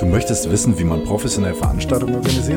Du möchtest wissen, wie man professionell Veranstaltungen organisiert?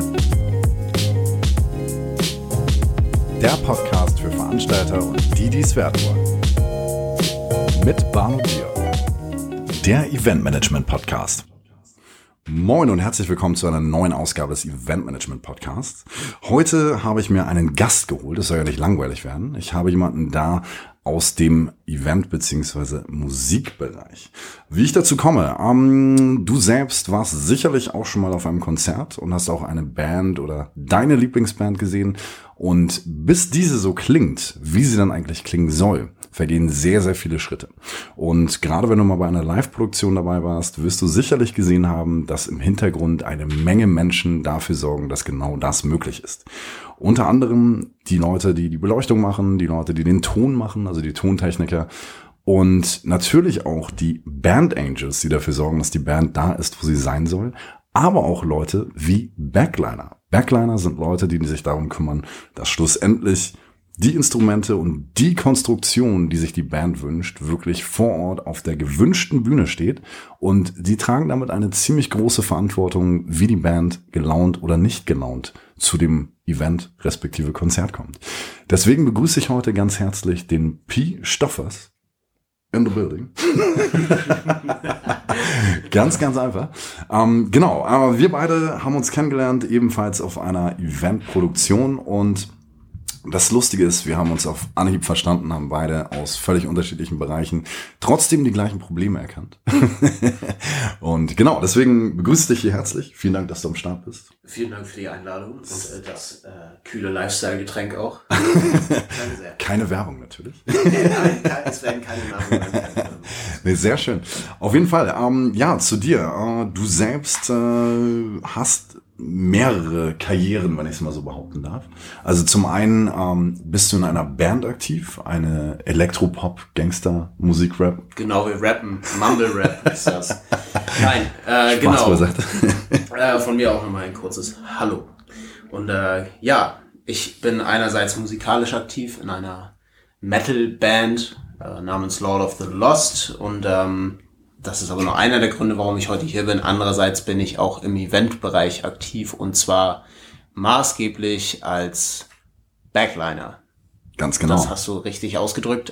Der Podcast für Veranstalter und die es werden wollen. Mit Barno Bier. Der Eventmanagement Podcast. Moin und herzlich willkommen zu einer neuen Ausgabe des Eventmanagement Podcasts. Heute habe ich mir einen Gast geholt, es soll ja nicht langweilig werden. Ich habe jemanden da aus dem Event- bzw. Musikbereich. Wie ich dazu komme, du selbst warst sicherlich auch schon mal auf einem Konzert und hast auch eine Band oder deine Lieblingsband gesehen. Und bis diese so klingt, wie sie dann eigentlich klingen soll, vergehen sehr, sehr viele Schritte. Und gerade wenn du mal bei einer Live-Produktion dabei warst, wirst du sicherlich gesehen haben, dass im Hintergrund eine Menge Menschen dafür sorgen, dass genau das möglich ist. Unter anderem die Leute, die die Beleuchtung machen, die Leute, die den Ton machen, also die Tontechniker. Und natürlich auch die Band Angels, die dafür sorgen, dass die Band da ist, wo sie sein soll. Aber auch Leute wie Backliner. Backliner sind Leute, die sich darum kümmern, dass schlussendlich die Instrumente und die Konstruktion, die sich die Band wünscht, wirklich vor Ort auf der gewünschten Bühne steht. Und die tragen damit eine ziemlich große Verantwortung, wie die Band gelaunt oder nicht gelaunt zu dem Event respektive Konzert kommt. Deswegen begrüße ich heute ganz herzlich den Pi Stoffers in the building. Ganz, ganz einfach. Genau, aber wir beide haben uns kennengelernt, ebenfalls auf einer Eventproduktion, und das Lustige ist, wir haben uns auf Anhieb verstanden, haben beide aus völlig unterschiedlichen Bereichen trotzdem die gleichen Probleme erkannt. Und genau, deswegen begrüße ich dich hier herzlich. Vielen Dank, dass du am Start bist. Vielen Dank für die Einladung und das kühle Lifestyle-Getränk auch. Keine Werbung natürlich. Nein, es werden keine Namen. Nee, sehr schön. Auf jeden Fall, ja, zu dir. Du selbst hast mehrere Karrieren, wenn ich es mal so behaupten darf. Also zum einen bist du in einer Band aktiv, eine Elektropop-Gangster-Musik-Rap. Genau, wir rappen, Mumble-Rap ist das. Nein, genau. Von mir auch nochmal ein kurzes Hallo. Und ja, ich bin einerseits musikalisch aktiv in einer Metal-Band namens Lord of the Lost, und das ist aber nur einer der Gründe, warum ich heute hier bin. Andererseits bin ich auch im Eventbereich aktiv, und zwar maßgeblich als Backliner. Ganz genau. Das hast du richtig ausgedrückt.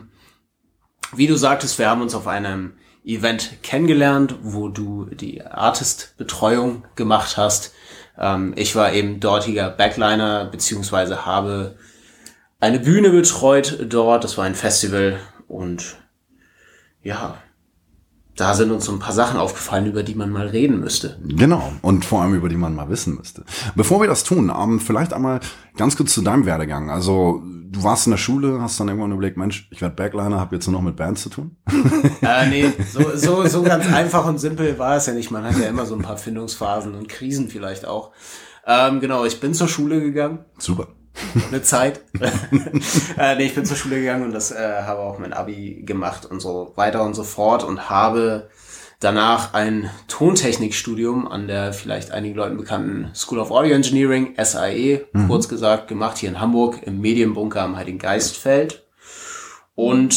Wie du sagtest, wir haben uns auf einem Event kennengelernt, wo du die Artist-Betreuung gemacht hast. Ich war eben dortiger Backliner, beziehungsweise habe eine Bühne betreut dort. Das war ein Festival, und ja, da sind uns so ein paar Sachen aufgefallen, über die man mal reden müsste. Genau, und vor allem über die man mal wissen müsste. Bevor wir das tun, vielleicht einmal ganz kurz zu deinem Werdegang. Also du warst in der Schule, hast dann irgendwann überlegt, Mensch, ich werde Backliner, habe jetzt nur noch mit Bands zu tun? Nee, so ganz einfach und simpel war es ja nicht. Man hat ja immer so ein paar Findungsphasen und Krisen vielleicht auch. Genau, ich bin zur Schule gegangen. Super. Eine Zeit. Nee, ich bin zur Schule gegangen und das habe auch mein Abi gemacht und so weiter und so fort, und habe danach ein Tontechnikstudium an der vielleicht einigen Leuten bekannten School of Audio Engineering, SAE, kurz gesagt, gemacht, hier in Hamburg im Medienbunker am Heiligen Geistfeld. Und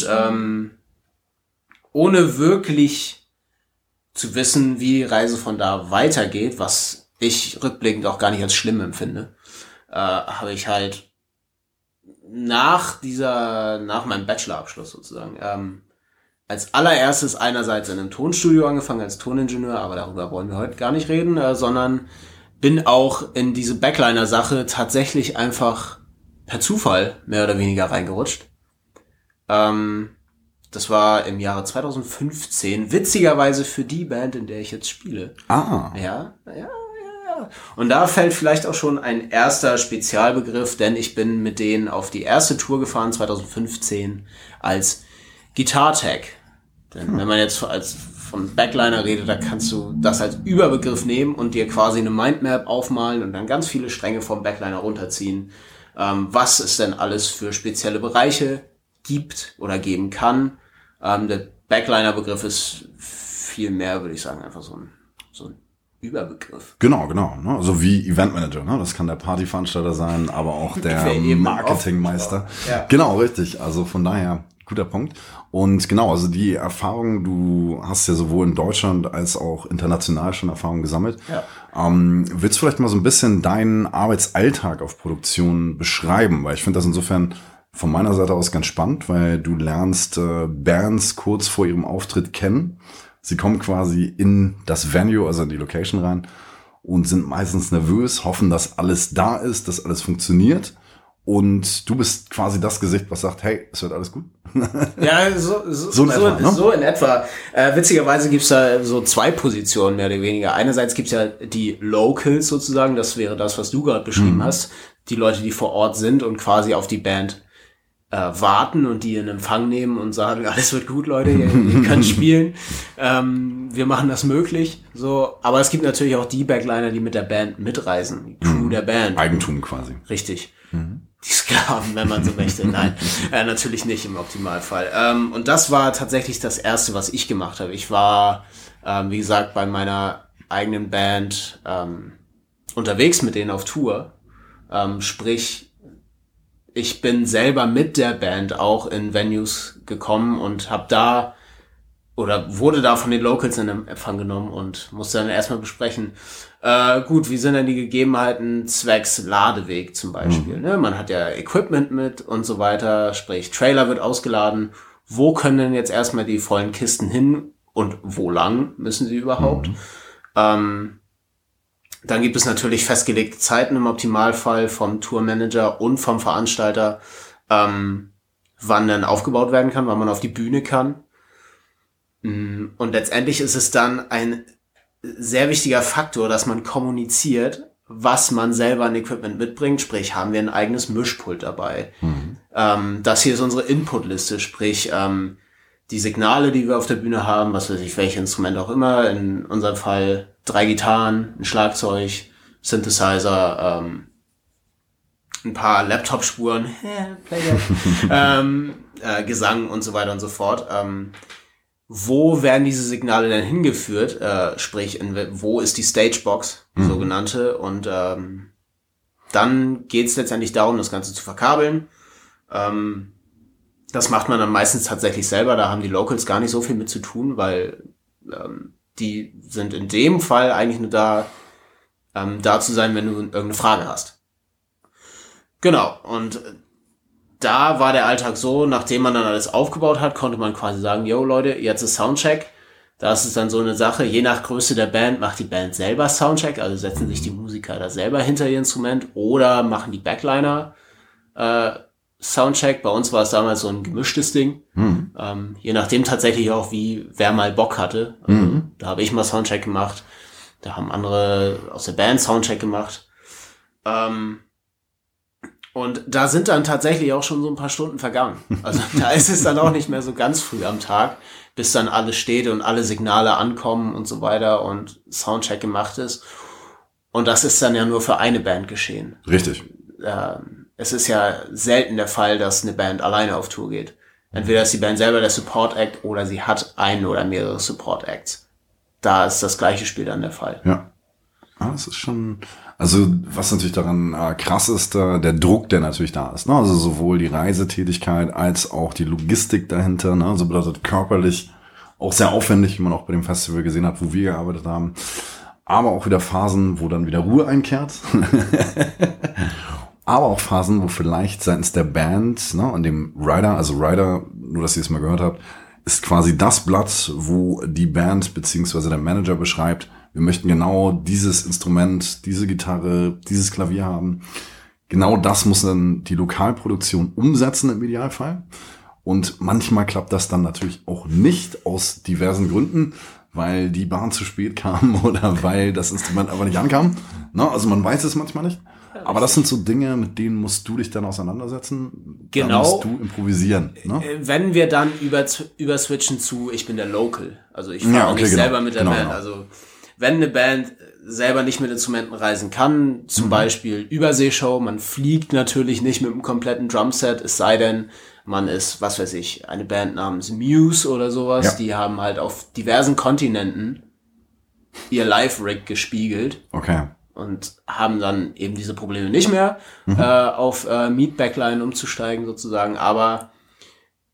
ohne wirklich zu wissen, wie die Reise von da weitergeht, was ich rückblickend auch gar nicht als schlimm empfinde, habe ich halt nach meinem Bachelorabschluss sozusagen als allererstes einerseits in einem Tonstudio angefangen als Toningenieur, aber darüber wollen wir heute gar nicht reden, sondern bin auch in diese Backliner-Sache tatsächlich einfach per Zufall mehr oder weniger reingerutscht. Das war im Jahre 2015, witzigerweise für die Band, in der ich jetzt spiele. Ah. Ja. Und da fällt vielleicht auch schon ein erster Spezialbegriff, denn ich bin mit denen auf die erste Tour gefahren, 2015, als Guitar-Tech. Denn wenn man jetzt von Backliner redet, da kannst du das als Überbegriff nehmen und dir quasi eine Mindmap aufmalen und dann ganz viele Stränge vom Backliner runterziehen, was es denn alles für spezielle Bereiche gibt oder geben kann. Der Backliner-Begriff ist viel mehr, würde ich sagen, einfach so ein Überbegriff. Genau. Ne? Also wie Eventmanager, ne? Das kann der Partyveranstalter sein, aber auch der Marketingmeister. Ja. Genau, richtig. Also von daher Guter Punkt. Und genau, also die Erfahrung, du hast ja sowohl in Deutschland als auch international schon Erfahrung gesammelt. Ja. Willst du vielleicht mal so ein bisschen deinen Arbeitsalltag auf Produktion beschreiben? Weil ich finde das insofern von meiner Seite aus ganz spannend, weil du lernst Bands kurz vor ihrem Auftritt kennen. Sie kommen quasi in das Venue, also in die Location rein und sind meistens nervös, hoffen, dass alles da ist, dass alles funktioniert. Und du bist quasi das Gesicht, was sagt, hey, es wird alles gut. Ja, so in etwa. Witzigerweise gibt's da so zwei Positionen, mehr oder weniger. Einerseits gibt's ja die Locals sozusagen, das wäre das, was du gerade beschrieben hast. Die Leute, die vor Ort sind und quasi auf die Band warten und die in Empfang nehmen und sagen, alles wird gut, Leute, ihr könnt spielen. Wir machen das möglich. So, aber es gibt natürlich auch die Backliner, die mit der Band mitreisen, die Crew der Band. Eigentum quasi. Richtig. Die Sklaven, wenn man so möchte. Nein, natürlich nicht im Optimalfall. Und das war tatsächlich das Erste, was ich gemacht habe. Ich war, wie gesagt, bei meiner eigenen Band unterwegs mit denen auf Tour. Sprich, ich bin selber mit der Band auch in Venues gekommen und habe da oder wurde da von den Locals in Empfang genommen und musste dann erstmal besprechen, gut, wie sind denn die Gegebenheiten zwecks Ladeweg zum Beispiel? Ne? Man hat ja Equipment mit und so weiter, sprich Trailer wird ausgeladen. Wo können denn jetzt erstmal die vollen Kisten hin und wo lang müssen sie überhaupt? Dann gibt es natürlich festgelegte Zeiten im Optimalfall vom Tourmanager und vom Veranstalter, wann dann aufgebaut werden kann, wann man auf die Bühne kann. Und letztendlich ist es dann ein sehr wichtiger Faktor, dass man kommuniziert, was man selber an Equipment mitbringt. Sprich, haben wir ein eigenes Mischpult dabei. Das hier ist unsere Inputliste, sprich die Signale, die wir auf der Bühne haben, was weiß ich, welche Instrumente auch immer. In unserem Fall 3 Gitarren, ein Schlagzeug, Synthesizer, ein paar Laptop-Spuren, Playback, Gesang und so weiter und so fort. Wo werden diese Signale denn hingeführt? Sprich, wo ist die Stagebox, die sogenannte? Und dann geht es letztendlich darum, das Ganze zu verkabeln. Das macht man dann meistens tatsächlich selber. Da haben die Locals gar nicht so viel mit zu tun, weil die sind in dem Fall eigentlich nur da zu sein, wenn du irgendeine Frage hast. Genau, und da war der Alltag so, nachdem man dann alles aufgebaut hat, konnte man quasi sagen, yo Leute, jetzt ist Soundcheck. Das ist dann so eine Sache, je nach Größe der Band macht die Band selber Soundcheck, also setzen sich die Musiker da selber hinter ihr Instrument oder machen die Backliner Soundcheck. Bei uns war es damals so ein gemischtes Ding. Je nachdem tatsächlich auch, wer mal Bock hatte. Da habe ich mal Soundcheck gemacht, da haben andere aus der Band Soundcheck gemacht. Und da sind dann tatsächlich auch schon so ein paar Stunden vergangen. Also da ist es dann auch nicht mehr so ganz früh am Tag, bis dann alles steht und alle Signale ankommen und so weiter und Soundcheck gemacht ist. Und das ist dann ja nur für eine Band geschehen. Richtig. Es ist ja selten der Fall, dass eine Band alleine auf Tour geht. Entweder ist die Band selber der Support Act oder sie hat einen oder mehrere Support Acts. Da ist das gleiche Spiel dann der Fall. Ja. Das ist schon, also was natürlich daran krass ist, der Druck, der natürlich da ist. Ne? Also sowohl die Reisetätigkeit als auch die Logistik dahinter. Ne? Also bedeutet körperlich auch sehr aufwendig, wie man auch bei dem Festival gesehen hat, wo wir gearbeitet haben. Aber auch wieder Phasen, wo dann wieder Ruhe einkehrt. Aber auch Phasen, wo vielleicht seitens der Band, ne, und dem Rider, also Rider, nur dass ihr es mal gehört habt, ist quasi das Blatt, wo die Band beziehungsweise der Manager beschreibt, wir möchten genau dieses Instrument, diese Gitarre, dieses Klavier haben. Genau das muss dann die Lokalproduktion umsetzen im Idealfall. Und manchmal klappt das dann natürlich auch nicht aus diversen Gründen, weil die Bahn zu spät kam oder weil das Instrument aber nicht ankam. Na, also man weiß es manchmal nicht. Aber das sind so Dinge, mit denen musst du dich dann auseinandersetzen. Genau. Da musst du improvisieren. Ne? Wenn wir dann überswitchen zu, ich bin der Local. Also ich fahre nicht selber mit der Band. Genau. Also wenn eine Band selber nicht mit Instrumenten reisen kann, zum Beispiel Überseeshow, man fliegt natürlich nicht mit einem kompletten Drumset, es sei denn, man ist, was weiß ich, eine Band namens Muse oder sowas, ja. Die haben halt auf diversen Kontinenten ihr Live-Rig gespiegelt. Okay. Und haben dann eben diese Probleme nicht mehr, auf Meet Backline umzusteigen sozusagen. Aber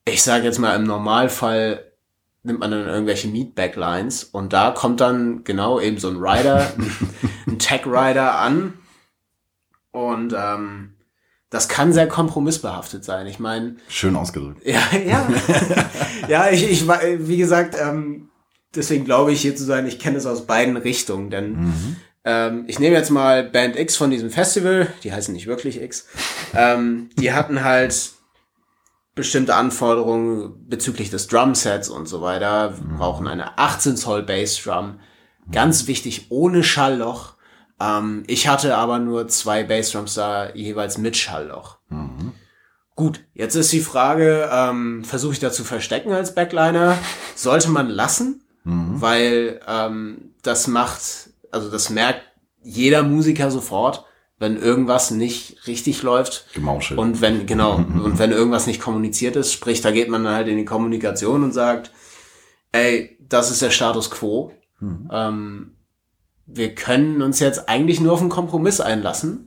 ich sage jetzt mal, im Normalfall nimmt man dann irgendwelche Meat-Backlines und da kommt dann genau eben so ein Rider, ein Tech-Rider an und das kann sehr kompromissbehaftet sein. Ich meine... Schön ausgedrückt. Ja. Ja, ich wie gesagt, deswegen glaube ich hier zu sein, ich kenne es aus beiden Richtungen, denn ich nehme jetzt mal Band X von diesem Festival, die heißen nicht wirklich X, die hatten halt bestimmte Anforderungen bezüglich des Drumsets und so weiter. Wir brauchen eine 18 Zoll Bassdrum, ganz wichtig, ohne Schallloch. Ich hatte aber nur 2 Bassdrums da, jeweils mit Schallloch. Gut, jetzt ist die Frage, versuche ich da zu verstecken als Backliner? Sollte man lassen? Weil das merkt jeder Musiker sofort, wenn irgendwas nicht richtig läuft. Gemauschelt. Und wenn irgendwas nicht kommuniziert ist, sprich, da geht man dann halt in die Kommunikation und sagt, ey, das ist der Status quo. Wir können uns jetzt eigentlich nur auf einen Kompromiss einlassen.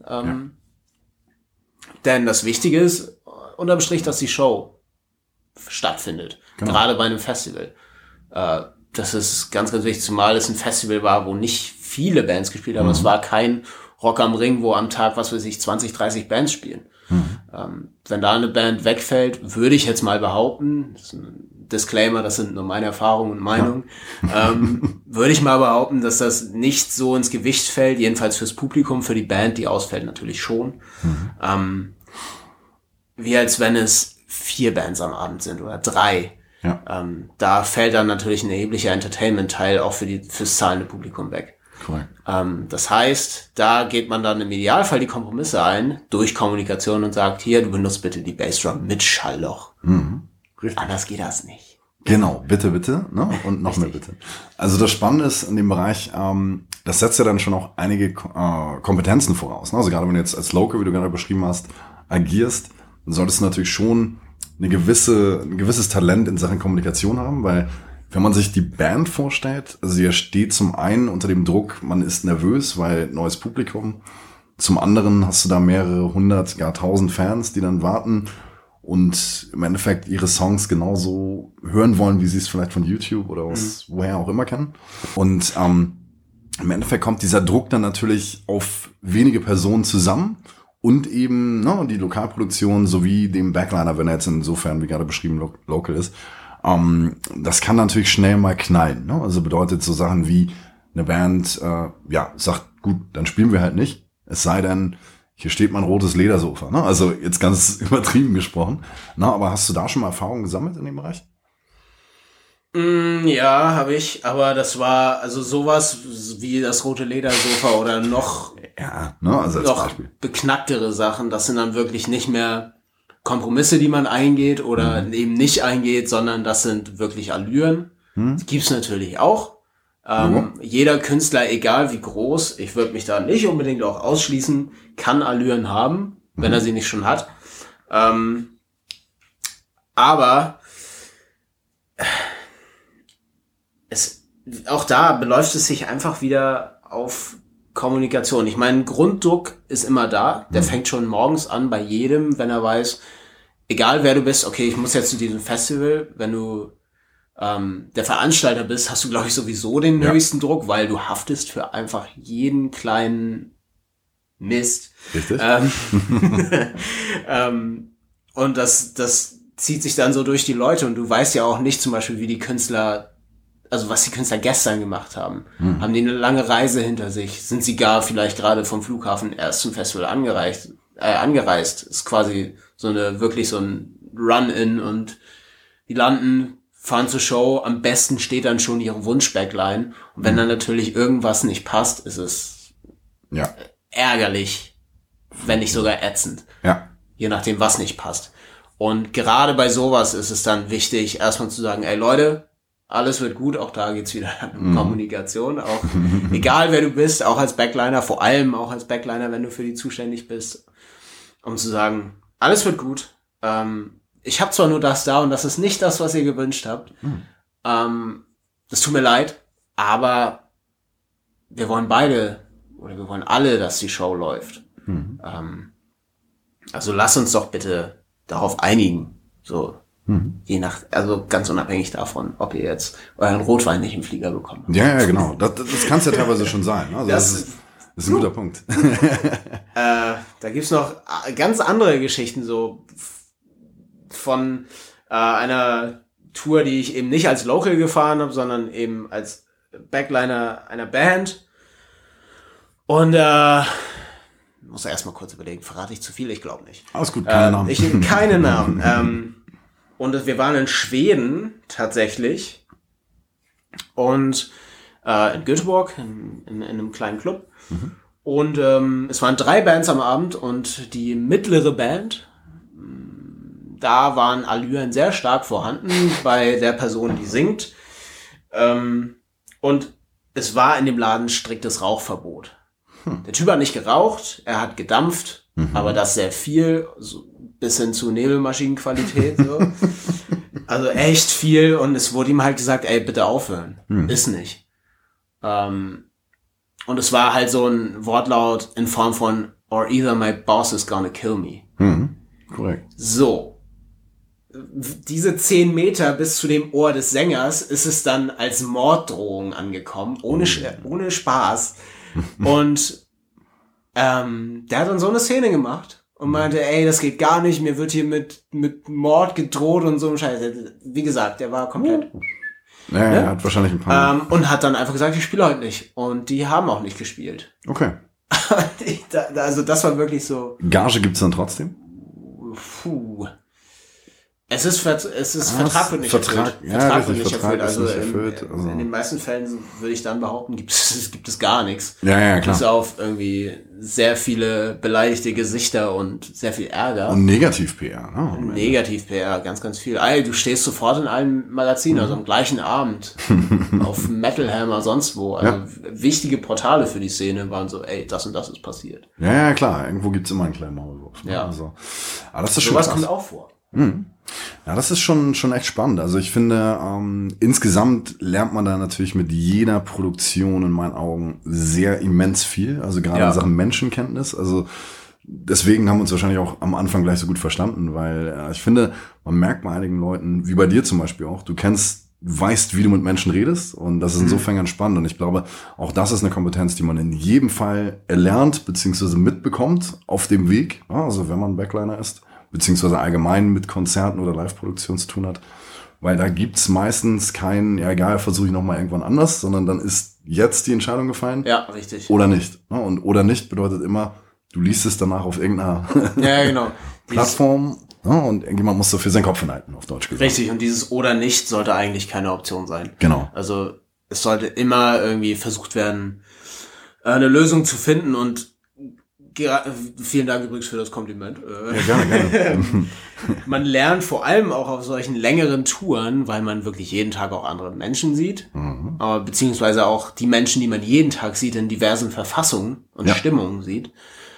Denn das Wichtige ist, unterm Strich, dass die Show stattfindet. Genau. Gerade bei einem Festival. Das ist ganz, ganz wichtig, zumal es ein Festival war, wo nicht viele Bands gespielt haben. Es war kein Rock am Ring, wo am Tag, 20, 30 Bands spielen. Wenn da eine Band wegfällt, würde ich jetzt mal behaupten, das ist ein Disclaimer, das sind nur meine Erfahrungen und Meinungen, würde ich mal behaupten, dass das nicht so ins Gewicht fällt, jedenfalls fürs Publikum, für die Band, die ausfällt, natürlich schon. Wie als wenn es 4 Bands am Abend sind oder 3. Ja. Da fällt dann natürlich ein erheblicher Entertainment-Teil auch fürs zahlende Publikum weg. Correct. Das heißt, da geht man dann im Idealfall die Kompromisse ein, durch Kommunikation und sagt, hier, du benutzt bitte die Bassdrum mit Schallloch. Richtig. Anders geht das nicht. Genau, bitte, ne? Und noch mehr bitte. Also das Spannende ist in dem Bereich, das setzt ja dann schon auch einige Kompetenzen voraus. Ne? Also gerade wenn du jetzt als Local, wie du gerade beschrieben hast, agierst, dann solltest du natürlich schon ein gewisses Talent in Sachen Kommunikation haben, weil wenn man sich die Band vorstellt, also sie steht zum einen unter dem Druck, man ist nervös, weil neues Publikum. Zum anderen hast du da mehrere 100, gar 1000 Fans, die dann warten und im Endeffekt ihre Songs genauso hören wollen, wie sie es vielleicht von YouTube oder woher auch immer kennen. Und im Endeffekt kommt dieser Druck dann natürlich auf wenige Personen zusammen und eben die Lokalproduktion sowie dem Backliner, wenn er jetzt insofern, wie gerade beschrieben, local ist. Das kann natürlich schnell mal knallen. Ne? Also bedeutet so Sachen wie eine Band sagt, gut, dann spielen wir halt nicht. Es sei denn, hier steht mein rotes Ledersofa. Ne? Also jetzt ganz übertrieben gesprochen. Na, aber hast du da schon mal Erfahrungen gesammelt in dem Bereich? Ja, habe ich. Aber das war also sowas wie das rote Ledersofa oder noch, also als noch Beispiel. Beknacktere Sachen. Das sind dann wirklich nicht mehr Kompromisse, die man eingeht oder eben nicht eingeht, sondern das sind wirklich Allüren. Die gibt's natürlich auch. Jeder Künstler, egal wie groß, ich würde mich da nicht unbedingt auch ausschließen, kann Allüren haben, wenn er sie nicht schon hat. Aber auch da beläuft es sich einfach wieder auf Kommunikation. Ich meine, Grunddruck ist immer da. Der fängt schon morgens an bei jedem, wenn er weiß, egal wer du bist, okay, ich muss jetzt zu diesem Festival, wenn du der Veranstalter bist, hast du, glaube ich, sowieso den höchsten Druck, weil du haftest für einfach jeden kleinen Mist. Richtig. Und das zieht sich dann so durch die Leute und du weißt ja auch nicht zum Beispiel, wie die Künstler, also was die Künstler gestern gemacht haben. Haben die eine lange Reise hinter sich? Sind sie gar vielleicht gerade vom Flughafen erst zum Festival angereist? Ist quasi wirklich so ein Run-In und die landen, fahren zur Show, am besten steht dann schon ihre Wunsch-Backline. Und wenn dann natürlich irgendwas nicht passt, ist es ärgerlich, wenn nicht sogar ätzend. Ja. Je nachdem, was nicht passt. Und gerade bei sowas ist es dann wichtig, erstmal zu sagen, ey Leute, alles wird gut, auch da geht's wieder um Kommunikation, auch egal wer du bist, auch als Backliner, vor allem auch als Backliner, wenn du für die zuständig bist, um zu sagen, alles wird gut, ich habe zwar nur das da und das ist nicht das, was ihr gewünscht habt, das tut mir leid, aber wir wollen wir wollen alle, dass die Show läuft. Also lass uns doch bitte darauf einigen, so Je nach, also ganz unabhängig davon, ob ihr jetzt euren Rotwein nicht im Flieger bekommt. Ja, genau. Das kann es ja teilweise schon sein. Also das ist ein guter Punkt. Da gibt's noch ganz andere Geschichten, so von einer Tour, die ich eben nicht als Local gefahren habe, sondern eben als Backliner einer Band. Und muss erst mal kurz überlegen, verrate ich zu viel? Ich glaube nicht. Alles gut, keine Namen. Keine Namen. Und wir waren in Schweden tatsächlich und in Göteborg in einem kleinen Club. Und es waren 3 Bands am Abend und die mittlere Band, da waren Allüren sehr stark vorhanden bei der Person, die singt. Und es war in dem Laden striktes Rauchverbot. Der Typ hat nicht geraucht, er hat gedampft, aber das sehr viel, so bis hin zu Nebelmaschinenqualität. So. Also echt viel und es wurde ihm halt gesagt, ey, bitte aufhören. Ist nicht. Und es war halt so ein Wortlaut in Form von or either my boss is gonna kill me. Korrekt. So. Diese 10 Meter bis zu dem Ohr des Sängers ist es dann als Morddrohung angekommen, ohne Spaß. Und der hat dann so eine Szene gemacht und meinte, ey, das geht gar nicht, mir wird hier mit Mord gedroht und so ein Scheiß. Wie gesagt, der war komplett... Ja, er hat wahrscheinlich ein paar... und hat dann einfach gesagt, ich spiele heute nicht. Und die haben auch nicht gespielt. Okay. Also das war wirklich so... Gage gibt's dann trotzdem? Puh... Es ist Vertrag wird nicht erfüllt. Vertrag wird nicht erfüllt. Also also in den meisten Fällen würde ich dann behaupten, gibt es gar nichts. Ja, klar. Bis auf irgendwie sehr viele beleidigte Gesichter und sehr viel Ärger. Und Negativ-PR. Negativ-PR, ganz, ganz viel. Du stehst sofort in allen Magazinen, also am gleichen Abend. Auf Metal Hammer, sonst wo. Also wichtige Portale für die Szene waren so, ey, das und das ist passiert. Ja, klar. Irgendwo gibt's immer einen kleinen Maulwurf. Ja. Also, aber das ist schon sowas kommt auch vor. Ja, das ist schon echt spannend. Also ich finde, insgesamt lernt man da natürlich mit jeder Produktion in meinen Augen sehr immens viel. Also gerade in Sachen Menschenkenntnis. Also deswegen haben wir uns wahrscheinlich auch am Anfang gleich so gut verstanden, weil ich finde, man merkt bei einigen Leuten, wie bei dir zum Beispiel auch, du weißt, wie du mit Menschen redest und das ist insofern ganz spannend und ich glaube, auch das ist eine Kompetenz, die man in jedem Fall erlernt bzw. mitbekommt auf dem Weg, also wenn man Backliner ist, beziehungsweise allgemein mit Konzerten oder Live-Produktion zu tun hat, weil da gibt's meistens kein, ja egal, versuche ich nochmal irgendwann anders, sondern dann ist jetzt die Entscheidung gefallen. Ja, richtig. Oder nicht. Und oder nicht bedeutet immer, du liest es danach auf irgendeiner Plattform und irgendjemand muss dafür seinen Kopf hinhalten, auf Deutsch gesagt. Richtig, und dieses oder nicht sollte eigentlich keine Option sein. Genau. Also es sollte immer irgendwie versucht werden, eine Lösung zu finden und vielen Dank übrigens für das Kompliment. Ja, gerne. Man lernt vor allem auch auf solchen längeren Touren, weil man wirklich jeden Tag auch andere Menschen sieht, aber beziehungsweise auch die Menschen, die man jeden Tag sieht, in diversen Verfassungen und Stimmungen sieht.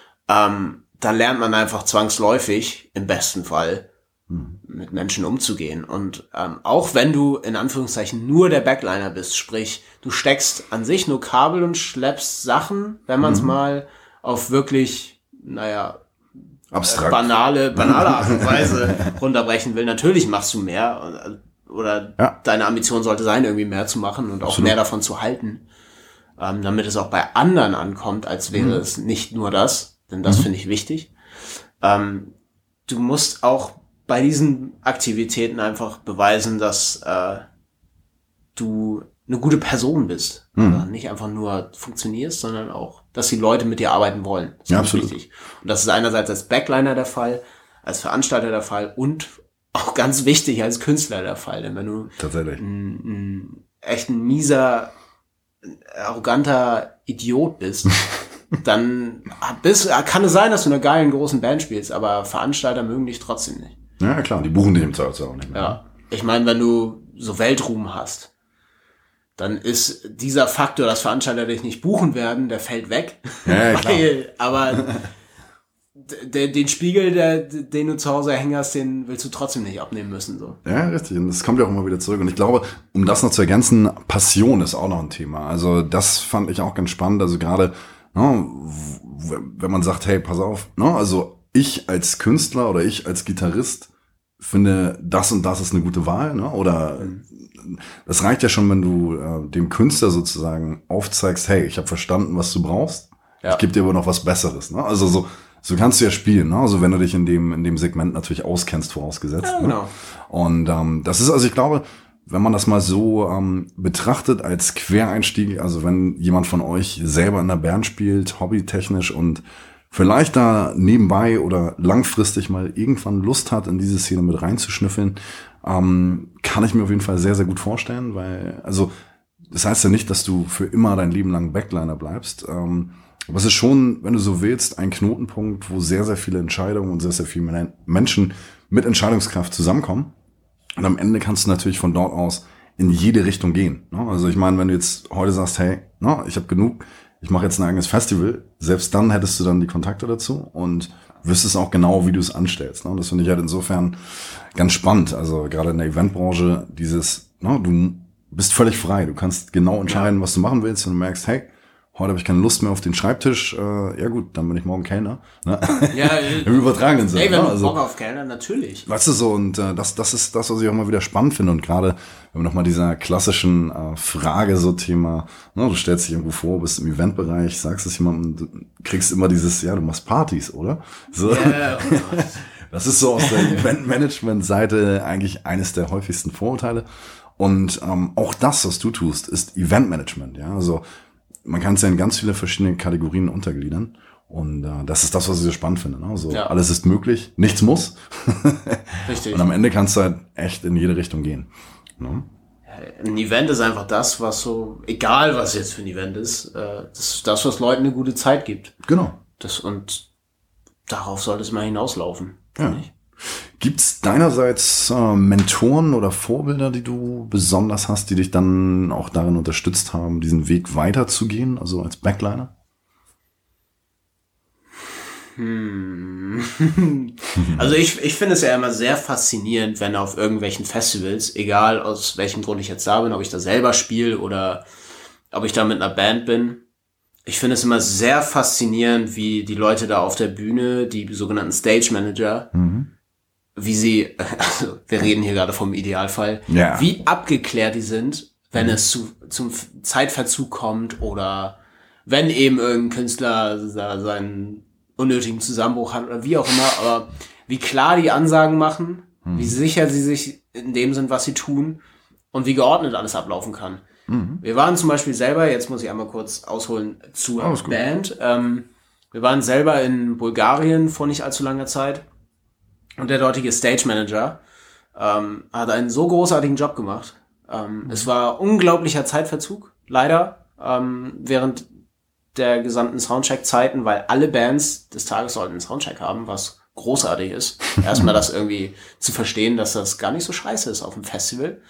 Da lernt man einfach zwangsläufig, im besten Fall, mit Menschen umzugehen. Und auch wenn du in Anführungszeichen nur der Backliner bist, sprich, du steckst an sich nur Kabel und schleppst Sachen, wenn man es mal auf wirklich, abstrakt, banale Art und Weise runterbrechen will. Natürlich machst du mehr oder deine Ambition sollte sein, irgendwie mehr zu machen und auch mehr davon zu halten, damit es auch bei anderen ankommt, als wäre es nicht nur das, denn das finde ich wichtig. Du musst auch bei diesen Aktivitäten einfach beweisen, dass du eine gute Person bist. Also nicht einfach nur funktionierst, sondern auch, dass die Leute mit dir arbeiten wollen. Das ist absolut wichtig. Und das ist einerseits als Backliner der Fall, als Veranstalter der Fall und auch ganz wichtig als Künstler der Fall. Denn wenn du tatsächlich echt ein mieser, arroganter Idiot bist, dann kann es sein, dass du in einer geilen großen Band spielst, aber Veranstalter mögen dich trotzdem nicht. Ja, klar, die buchen dich im Zweifelsfall auch nicht mehr. Ja, ich meine, wenn du so Weltruhm hast, dann ist dieser Faktor, dass Veranstalter dich nicht buchen werden, der fällt weg. Ja, klar. Aber den Spiegel, den du zu Hause hängen hast, den willst du trotzdem nicht abnehmen müssen. So. Ja, richtig. Und das kommt ja auch immer wieder zurück. Und ich glaube, um das noch zu ergänzen, Passion ist auch noch ein Thema. Also das fand ich auch ganz spannend. Also gerade, wenn man sagt, hey, pass auf, also ich als Künstler oder ich als Gitarrist finde, das und das ist eine gute Wahl, ne? Oder das reicht ja schon, wenn du dem Künstler sozusagen aufzeigst, hey, ich habe verstanden, was du brauchst, ich gebe dir aber noch was Besseres, ne? Also so kannst du ja spielen, ne? Also wenn du dich in dem Segment natürlich auskennst, vorausgesetzt. Ja, genau. Ne? Und das ist, also ich glaube, wenn man das mal so betrachtet als Quereinstieg, also wenn jemand von euch selber in der Band spielt, hobbytechnisch und vielleicht da nebenbei oder langfristig mal irgendwann Lust hat, in diese Szene mit reinzuschnüffeln, kann ich mir auf jeden Fall sehr, sehr gut vorstellen, weil, also das heißt ja nicht, dass du für immer dein Leben lang Backliner bleibst, aber es ist schon, wenn du so willst, ein Knotenpunkt, wo sehr, sehr viele Entscheidungen und sehr, sehr viele Menschen mit Entscheidungskraft zusammenkommen. Und am Ende kannst du natürlich von dort aus in jede Richtung gehen. Ne? Also ich meine, wenn du jetzt heute sagst, hey, ich habe genug, ich mache jetzt ein eigenes Festival, selbst dann hättest du dann die Kontakte dazu und wüsstest auch genau, wie du es anstellst. Ne? Das finde ich halt insofern ganz spannend. Also gerade in der Eventbranche du bist völlig frei. Du kannst genau entscheiden, was du machen willst und du merkst, hey, heute habe ich keine Lust mehr auf den Schreibtisch. Ja gut, dann bin ich morgen Kellner. Ne? Ja, im übertragenen Sinne. Ey, wenn du Bock auf Kellner, natürlich. Weißt du so, und das ist das, was ich auch mal wieder spannend finde. Und gerade, wenn wir nochmal dieser klassischen Frage, so Thema, du stellst dich irgendwo vor, bist im Eventbereich, sagst es jemandem, du kriegst immer dieses, du machst Partys, oder? So. Yeah, das ist so aus der Eventmanagement-Seite eigentlich eines der häufigsten Vorurteile. Und auch das, was du tust, ist Eventmanagement. Ja, also man kann es ja in ganz viele verschiedene Kategorien untergliedern. Und das ist das, was ich so spannend finde. Ne? So, alles ist möglich, nichts muss. Richtig. Und am Ende kannst du halt echt in jede Richtung gehen. Ne? Ein Event ist einfach das, was so, egal was jetzt für ein Event ist, das ist das, was Leuten eine gute Zeit gibt. Genau. Und darauf sollte es mal hinauslaufen. Ja. Gibt's deinerseits Mentoren oder Vorbilder, die du besonders hast, die dich dann auch darin unterstützt haben, diesen Weg weiterzugehen, also als Backliner? Also ich finde es ja immer sehr faszinierend, wenn auf irgendwelchen Festivals, egal aus welchem Grund ich jetzt da bin, ob ich da selber spiele oder ob ich da mit einer Band bin, ich finde es immer sehr faszinierend, wie die Leute da auf der Bühne, die sogenannten Stage Manager, wie sie, also wir reden hier gerade vom Idealfall, wie abgeklärt die sind, wenn es zum Zeitverzug kommt oder wenn eben irgendein Künstler seinen unnötigen Zusammenbruch hat oder wie auch immer, aber wie klar die Ansagen machen, wie sicher sie sich in dem sind, was sie tun und wie geordnet alles ablaufen kann. Wir waren zum Beispiel selber, jetzt muss ich einmal kurz ausholen zur Band, wir waren selber in Bulgarien vor nicht allzu langer Zeit und der dortige Stage Manager hat einen so großartigen Job gemacht. Es war unglaublicher Zeitverzug, leider, während der gesamten Soundcheck-Zeiten, weil alle Bands des Tages sollten einen Soundcheck haben, was großartig ist. Erstmal das irgendwie zu verstehen, dass das gar nicht so scheiße ist auf dem Festival.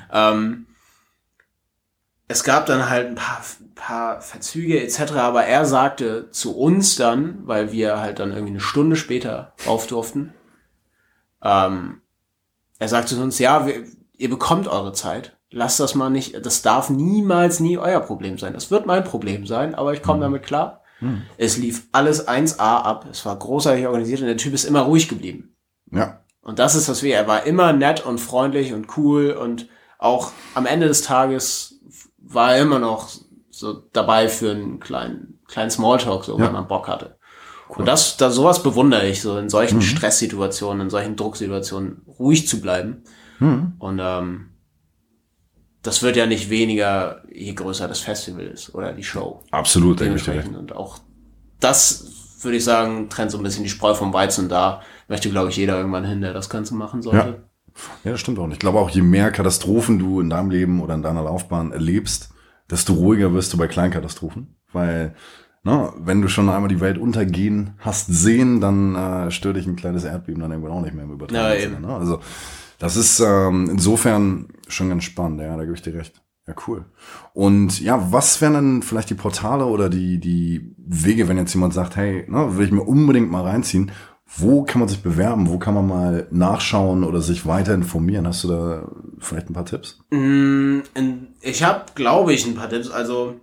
Es gab dann halt ein paar Verzüge etc., aber er sagte zu uns dann, weil wir halt dann irgendwie eine Stunde später rauf durften, er sagte zu uns, ihr bekommt eure Zeit. Lasst das mal nicht, das darf niemals nie euer Problem sein. Das wird mein Problem sein, aber ich komme damit klar. Es lief alles 1A ab, es war großartig organisiert und der Typ ist immer ruhig geblieben. Ja. Und das ist das er war immer nett und freundlich und cool und auch am Ende des Tages war er immer noch so dabei für einen kleinen Smalltalk, so wenn man Bock hatte. Cool. Und sowas bewundere ich, so in solchen Stresssituationen, in solchen Drucksituationen ruhig zu bleiben. Und das wird ja nicht weniger, je größer das Festival ist oder die Show. Absolut, dementsprechend. Und auch das, würde ich sagen, trennt so ein bisschen die Spreu vom Weizen. Da möchte, glaube ich, jeder irgendwann hin, der das Ganze machen sollte. Ja, das stimmt auch. Und ich glaube auch, je mehr Katastrophen du in deinem Leben oder in deiner Laufbahn erlebst, desto ruhiger wirst du bei Kleinkatastrophen. Weil, wenn du schon einmal die Welt untergehen hast sehen, dann stört dich ein kleines Erdbeben dann irgendwann auch nicht mehr im übertragenen Sinne. Ne? Also das ist insofern schon ganz spannend, ja, da gebe ich dir recht. Ja, cool. Und ja, was wären denn vielleicht die Portale oder die Wege, wenn jetzt jemand sagt, hey, will ich mir unbedingt mal reinziehen, wo kann man sich bewerben, wo kann man mal nachschauen oder sich weiter informieren? Hast du da vielleicht ein paar Tipps? Ich habe, glaube ich, ein paar Tipps, also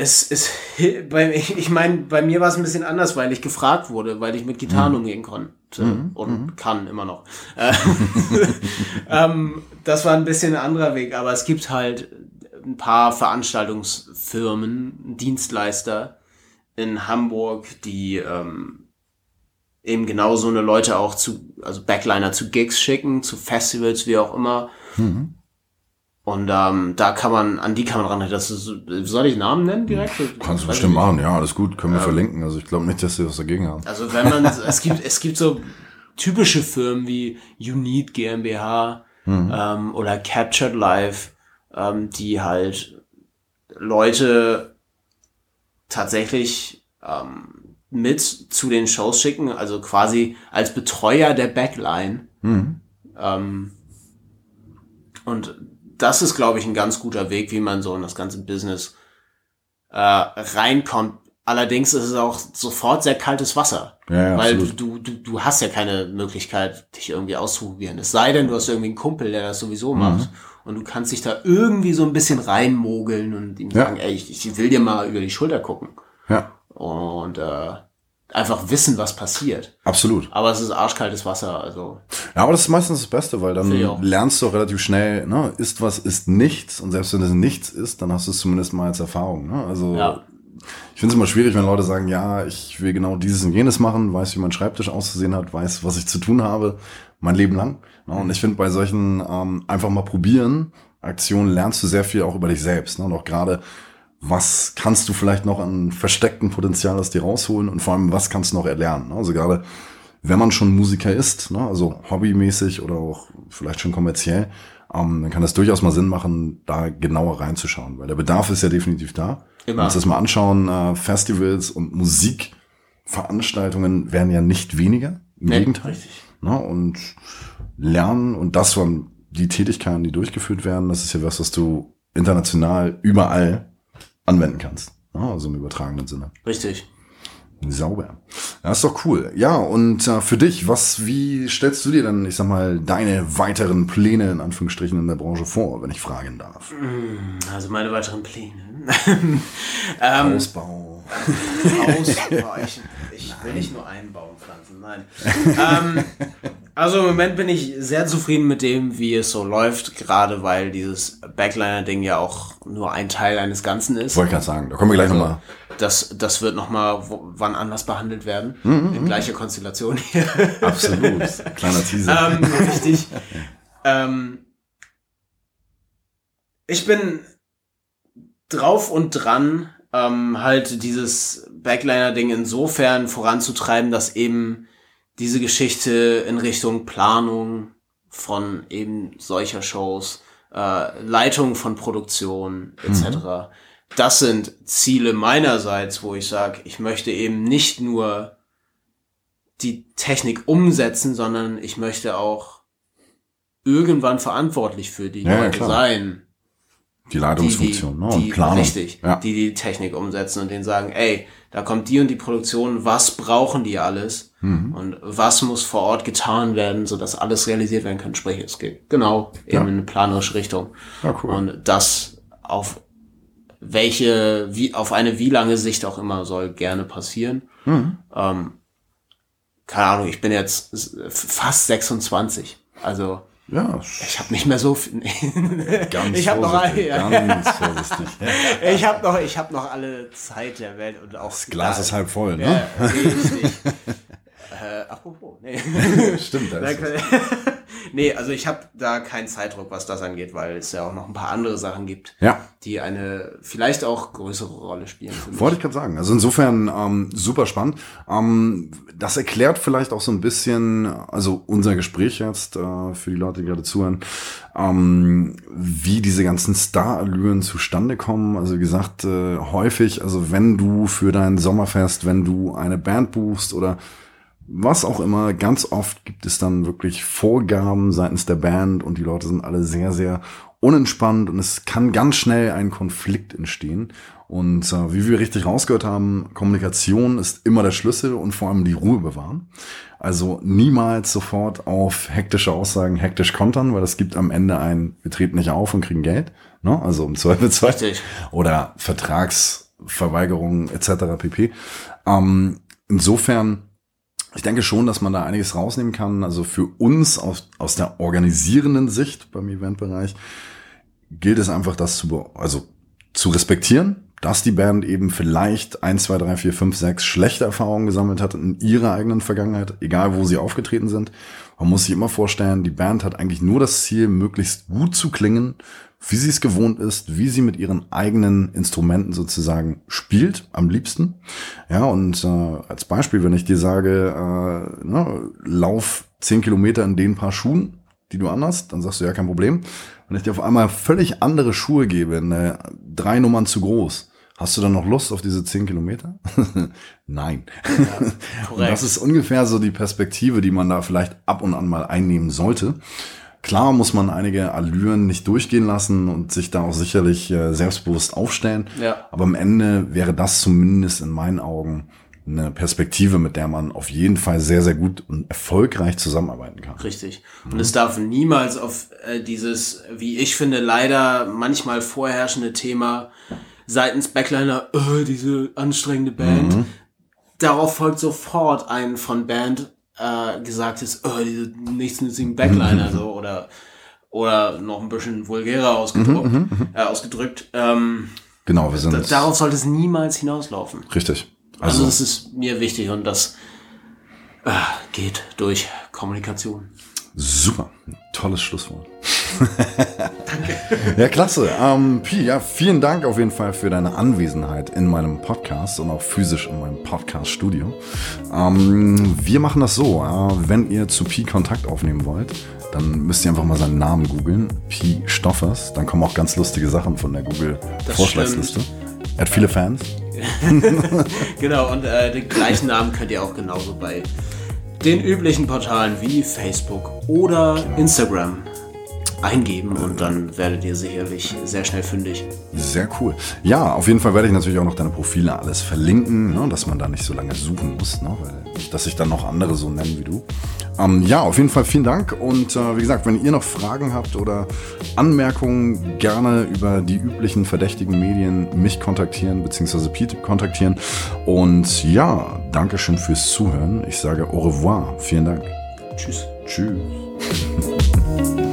ich meine, bei mir war es ein bisschen anders, weil ich gefragt wurde, weil ich mit Gitarren umgehen und kann immer noch. Das war ein bisschen ein anderer Weg, aber es gibt halt ein paar Veranstaltungsfirmen, Dienstleister in Hamburg, die eben genau so eine Leute auch also Backliner zu Gigs schicken, zu Festivals, wie auch immer. Und an die kann man ran. Soll ich Namen nennen direkt? Kannst du bestimmt machen, ja, alles gut, können wir verlinken. Also ich glaube nicht, dass sie was dagegen haben. Also es gibt so typische Firmen wie Unit GmbH oder Captured Live, die halt Leute tatsächlich mit zu den Shows schicken, also quasi als Betreuer der Backline. Und das ist, glaube ich, ein ganz guter Weg, wie man so in das ganze Business reinkommt. Allerdings ist es auch sofort sehr kaltes Wasser, weil du hast ja keine Möglichkeit, dich irgendwie auszuprobieren. Es sei denn, du hast irgendwie einen Kumpel, der das sowieso macht und du kannst dich da irgendwie so ein bisschen reinmogeln und ihm sagen, ey, ich will dir mal über die Schulter gucken. Ja. Und einfach wissen, was passiert. Absolut. Aber es ist arschkaltes Wasser, also. Ja, aber das ist meistens das Beste, weil dann lernst du auch relativ schnell, ne, ist was, ist nichts. Und selbst wenn es nichts ist, dann hast du es zumindest mal als Erfahrung, ne? Also, ich finde es immer schwierig, wenn Leute sagen, ja, ich will genau dieses und jenes machen, weiß, wie mein Schreibtisch auszusehen hat, weiß, was ich zu tun habe, mein Leben lang. Ne? Und ich finde, bei solchen einfach mal probieren Aktionen lernst du sehr viel auch über dich selbst, ne? Und auch gerade, was kannst du vielleicht noch an versteckten Potenzial aus dir rausholen und vor allem, was kannst du noch erlernen? Also gerade, wenn man schon Musiker ist, ne, also hobbymäßig oder auch vielleicht schon kommerziell, dann kann das durchaus mal Sinn machen, da genauer reinzuschauen, weil der Bedarf ist ja definitiv da. Wenn wir uns das mal anschauen, Festivals und Musikveranstaltungen werden ja nicht weniger, im Gegenteil. Richtig. Ne, und Lernen und das von die Tätigkeiten, die durchgeführt werden, das ist ja was du international überall anwenden kannst. Also im übertragenen Sinne. Richtig. Sauber. Das ist doch cool. Ja, und für dich, wie stellst du dir dann, ich sag mal, deine weiteren Pläne in Anführungsstrichen in der Branche vor, wenn ich fragen darf? Also meine weiteren Pläne. Hausbau. Ich will nicht nur einen Baum pflanzen, nein. Also im Moment bin ich sehr zufrieden mit dem, wie es so läuft, gerade weil dieses Backliner-Ding ja auch nur ein Teil eines Ganzen ist. Wollte ich gerade sagen, da kommen wir gleich nochmal. Das wird nochmal wann anders behandelt werden, in gleicher Konstellation hier. Absolut, kleiner Teaser. Richtig. Ich bin drauf und dran, halt dieses Backliner-Ding insofern voranzutreiben, dass eben diese Geschichte in Richtung Planung von eben solcher Shows, Leitung von Produktion etc. Das sind Ziele meinerseits, wo ich sage, ich möchte eben nicht nur die Technik umsetzen, sondern ich möchte auch irgendwann verantwortlich für die Leute sein. Die Leitungsfunktion, und Planung. Richtig, die Technik umsetzen und denen sagen, ey, da kommt die und die Produktion, was brauchen die alles und was muss vor Ort getan werden, sodass alles realisiert werden kann. Sprich, es geht genau eben in eine planerische Richtung. Ja, cool. Und das auf auf eine wie lange Sicht auch immer soll gerne passieren. Keine Ahnung, ich bin jetzt fast 26, also ja, ich habe nicht mehr so viel. Ganz ich habe noch ganz vorsichtig. Ich habe noch alle Zeit der Welt und auch das Glas ist halb voll, ne? Richtig. Apropos, nee. Stimmt, das ist nee, also ich habe da keinen Zeitdruck, was das angeht, weil es ja auch noch ein paar andere Sachen gibt, die eine vielleicht auch größere Rolle spielen. Wollte ich gerade sagen. Also insofern super spannend. Das erklärt vielleicht auch so ein bisschen, also unser Gespräch jetzt für die Leute, die gerade zuhören, wie diese ganzen Star-Allüren zustande kommen. Also wie gesagt, häufig, also wenn du für dein Sommerfest, wenn du eine Band buchst oder was auch immer, ganz oft gibt es dann wirklich Vorgaben seitens der Band und die Leute sind alle sehr, sehr unentspannt und es kann ganz schnell ein Konflikt entstehen. Und wie wir richtig rausgehört haben, Kommunikation ist immer der Schlüssel und vor allem die Ruhe bewahren. Also niemals sofort auf hektische Aussagen hektisch kontern, weil das gibt am Ende wir treten nicht auf und kriegen Geld. Ne? Also im Zweifelsfall. Oder Vertragsverweigerungen etc. pp. Insofern Ich denke schon, dass man da einiges rausnehmen kann. Also für uns aus der organisierenden Sicht beim Eventbereich gilt es einfach, das zu respektieren, dass die Band eben vielleicht 1, 2, 3, 4, 5, 6 schlechte Erfahrungen gesammelt hat in ihrer eigenen Vergangenheit, egal wo sie aufgetreten sind. Man muss sich immer vorstellen, die Band hat eigentlich nur das Ziel, möglichst gut zu klingen, wie sie es gewohnt ist, wie sie mit ihren eigenen Instrumenten sozusagen spielt, am liebsten. Ja, und als Beispiel, wenn ich dir sage, lauf 10 Kilometer in den paar Schuhen, die du anhast, dann sagst du, ja, kein Problem. Wenn ich dir auf einmal völlig andere Schuhe gebe, 3 Nummern zu groß, hast du dann noch Lust auf diese 10 Kilometer? Nein. Ja, korrekt. Und das ist ungefähr so die Perspektive, die man da vielleicht ab und an mal einnehmen sollte. Klar muss man einige Allüren nicht durchgehen lassen und sich da auch sicherlich selbstbewusst aufstellen. Ja. Aber am Ende wäre das zumindest in meinen Augen eine Perspektive, mit der man auf jeden Fall sehr, sehr gut und erfolgreich zusammenarbeiten kann. Richtig. Und es darf niemals auf dieses, wie ich finde, leider manchmal vorherrschende Thema seitens Backliner, diese anstrengende Band. Darauf folgt sofort ein von Band gesagtes, diese nichtsnützigen Backliner, so, oder noch ein bisschen vulgärer ausgedrückt. Genau, wir sind. Darauf sollte es niemals hinauslaufen. Richtig. Also das ist mir wichtig und das geht durch Kommunikation. Super, tolles Schlusswort. Danke. Ja, klasse. Pi, vielen Dank auf jeden Fall für deine Anwesenheit in meinem Podcast und auch physisch in meinem Podcast-Studio. Wir machen das so, wenn ihr zu Pi Kontakt aufnehmen wollt, dann müsst ihr einfach mal seinen Namen googeln, Pi Stoffers. Dann kommen auch ganz lustige Sachen von der Google-Vorschlagsliste. Er hat viele Fans. Genau, und den gleichen Namen könnt ihr auch genauso bei den üblichen Portalen wie Facebook oder Instagram eingeben und dann werdet ihr sicherlich sehr schnell fündig. Sehr cool. Ja, auf jeden Fall werde ich natürlich auch noch deine Profile alles verlinken, ne, dass man da nicht so lange suchen muss, ne, weil nicht, dass sich dann noch andere so nennen wie du. Ja, auf jeden Fall vielen Dank und wie gesagt, wenn ihr noch Fragen habt oder Anmerkungen, gerne über die üblichen verdächtigen Medien mich kontaktieren bzw. Pete kontaktieren und ja, Dankeschön fürs Zuhören. Ich sage au revoir. Vielen Dank. Tschüss. Tschüss.